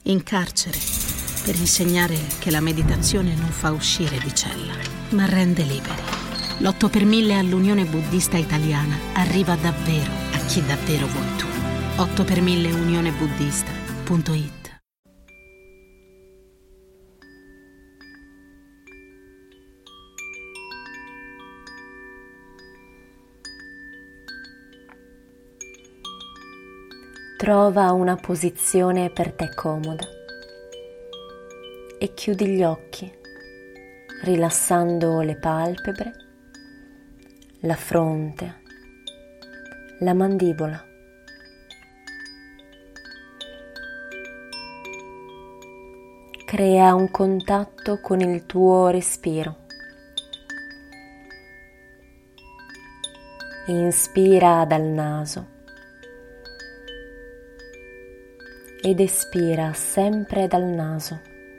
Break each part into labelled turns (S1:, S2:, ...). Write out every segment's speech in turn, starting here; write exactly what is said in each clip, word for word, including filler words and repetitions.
S1: in carcere, per insegnare che la meditazione non fa uscire di cella, ma rende liberi. L'otto per mille all'Unione Buddista Italiana arriva davvero a chi davvero vuoi tu. otto per mille unione buddista punto it.
S2: Trova una posizione per te comoda e chiudi gli occhi, rilassando le palpebre, la fronte, la mandibola. Crea un contatto con il tuo respiro. Inspira dal naso ed espira sempre dal naso.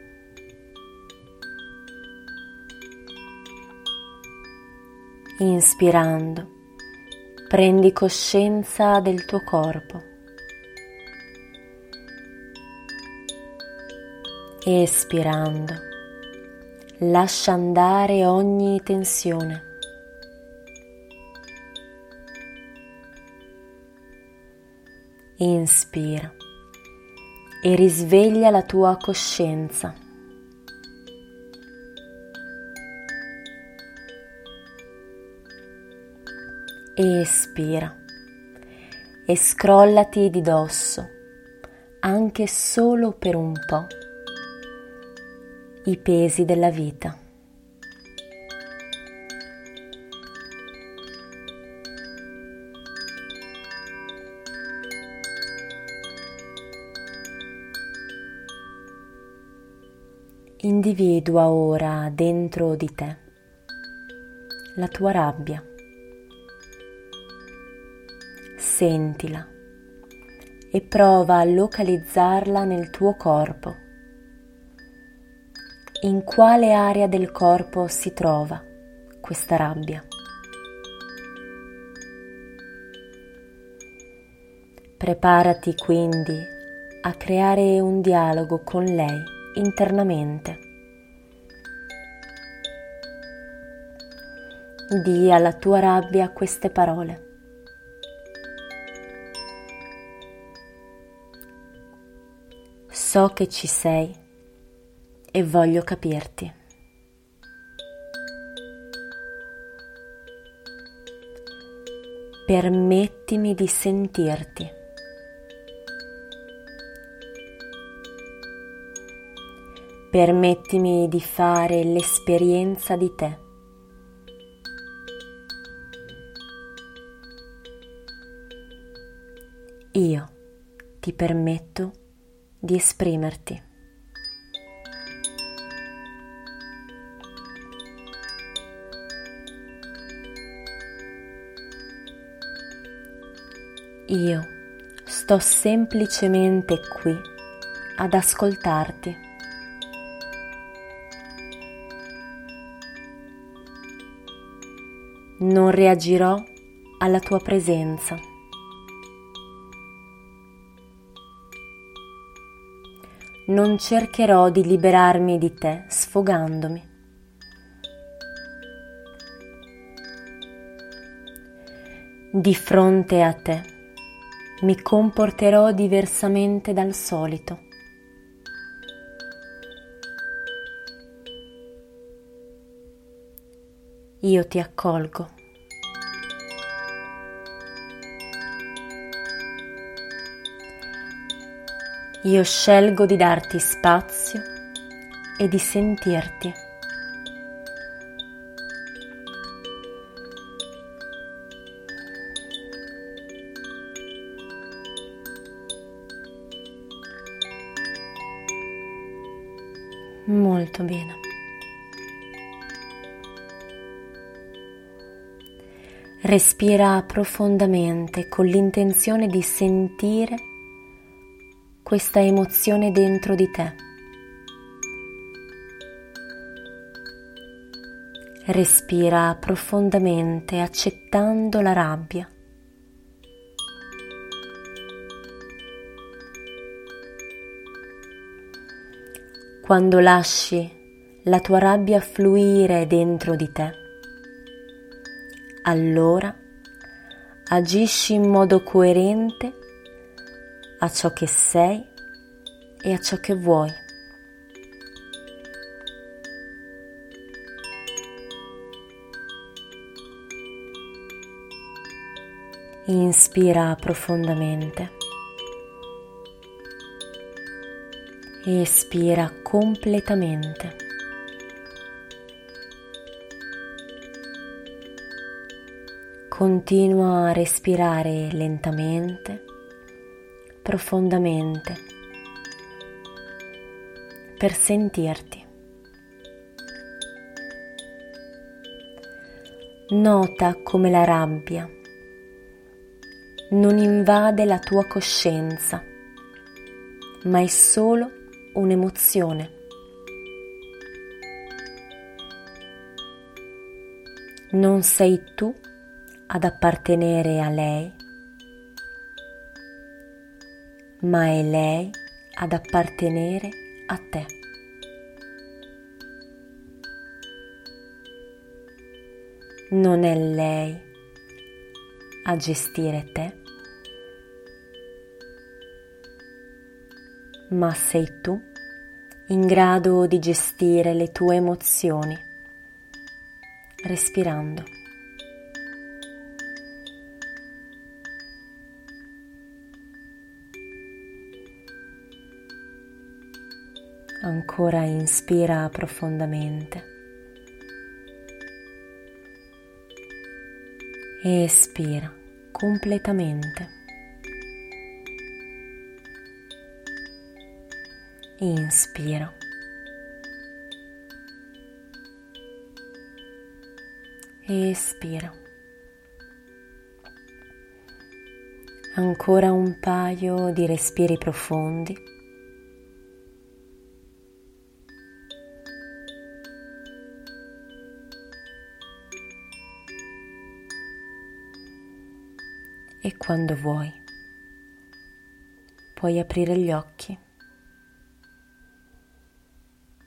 S2: Inspirando, prendi coscienza del tuo corpo. Espirando, lascia andare ogni tensione. Inspira e risveglia la tua coscienza. Espira e scrollati di dosso, anche solo per un po', i pesi della vita. Individua ora dentro di te la tua rabbia. Sentila e prova a localizzarla nel tuo corpo. In quale area del corpo si trova questa rabbia? Preparati quindi a creare un dialogo con lei internamente. Dì alla tua rabbia queste parole. So che ci sei e voglio capirti. Permettimi di sentirti. Permettimi di fare l'esperienza di te. Io ti permetto di esprimerti. Io sto semplicemente qui ad ascoltarti. Non reagirò alla tua presenza. Non cercherò di liberarmi di te sfogandomi. Di fronte a te mi comporterò diversamente dal solito. Io ti accolgo. Io scelgo di darti spazio e di sentirti. Molto bene. Respira profondamente con l'intenzione di sentire questa emozione dentro di te. Respira profondamente accettando la rabbia. quando lasci la tua rabbia fluire dentro di te, allora agisci in modo coerente a ciò che sei e a ciò che vuoi. Inspira profondamente. Espira completamente. Continua a respirare lentamente, profondamente, per sentirti. Nota come la rabbia non invade la tua coscienza, ma è solo un'emozione. Non sei tu ad appartenere a lei, ma è lei ad appartenere a te. Non è lei a gestire te, ma sei tu in grado di gestire le tue emozioni, respirando. Ancora inspira profondamente. Espira completamente. Inspira. Espira. Ancora un paio di respiri profondi. E quando vuoi, puoi aprire gli occhi.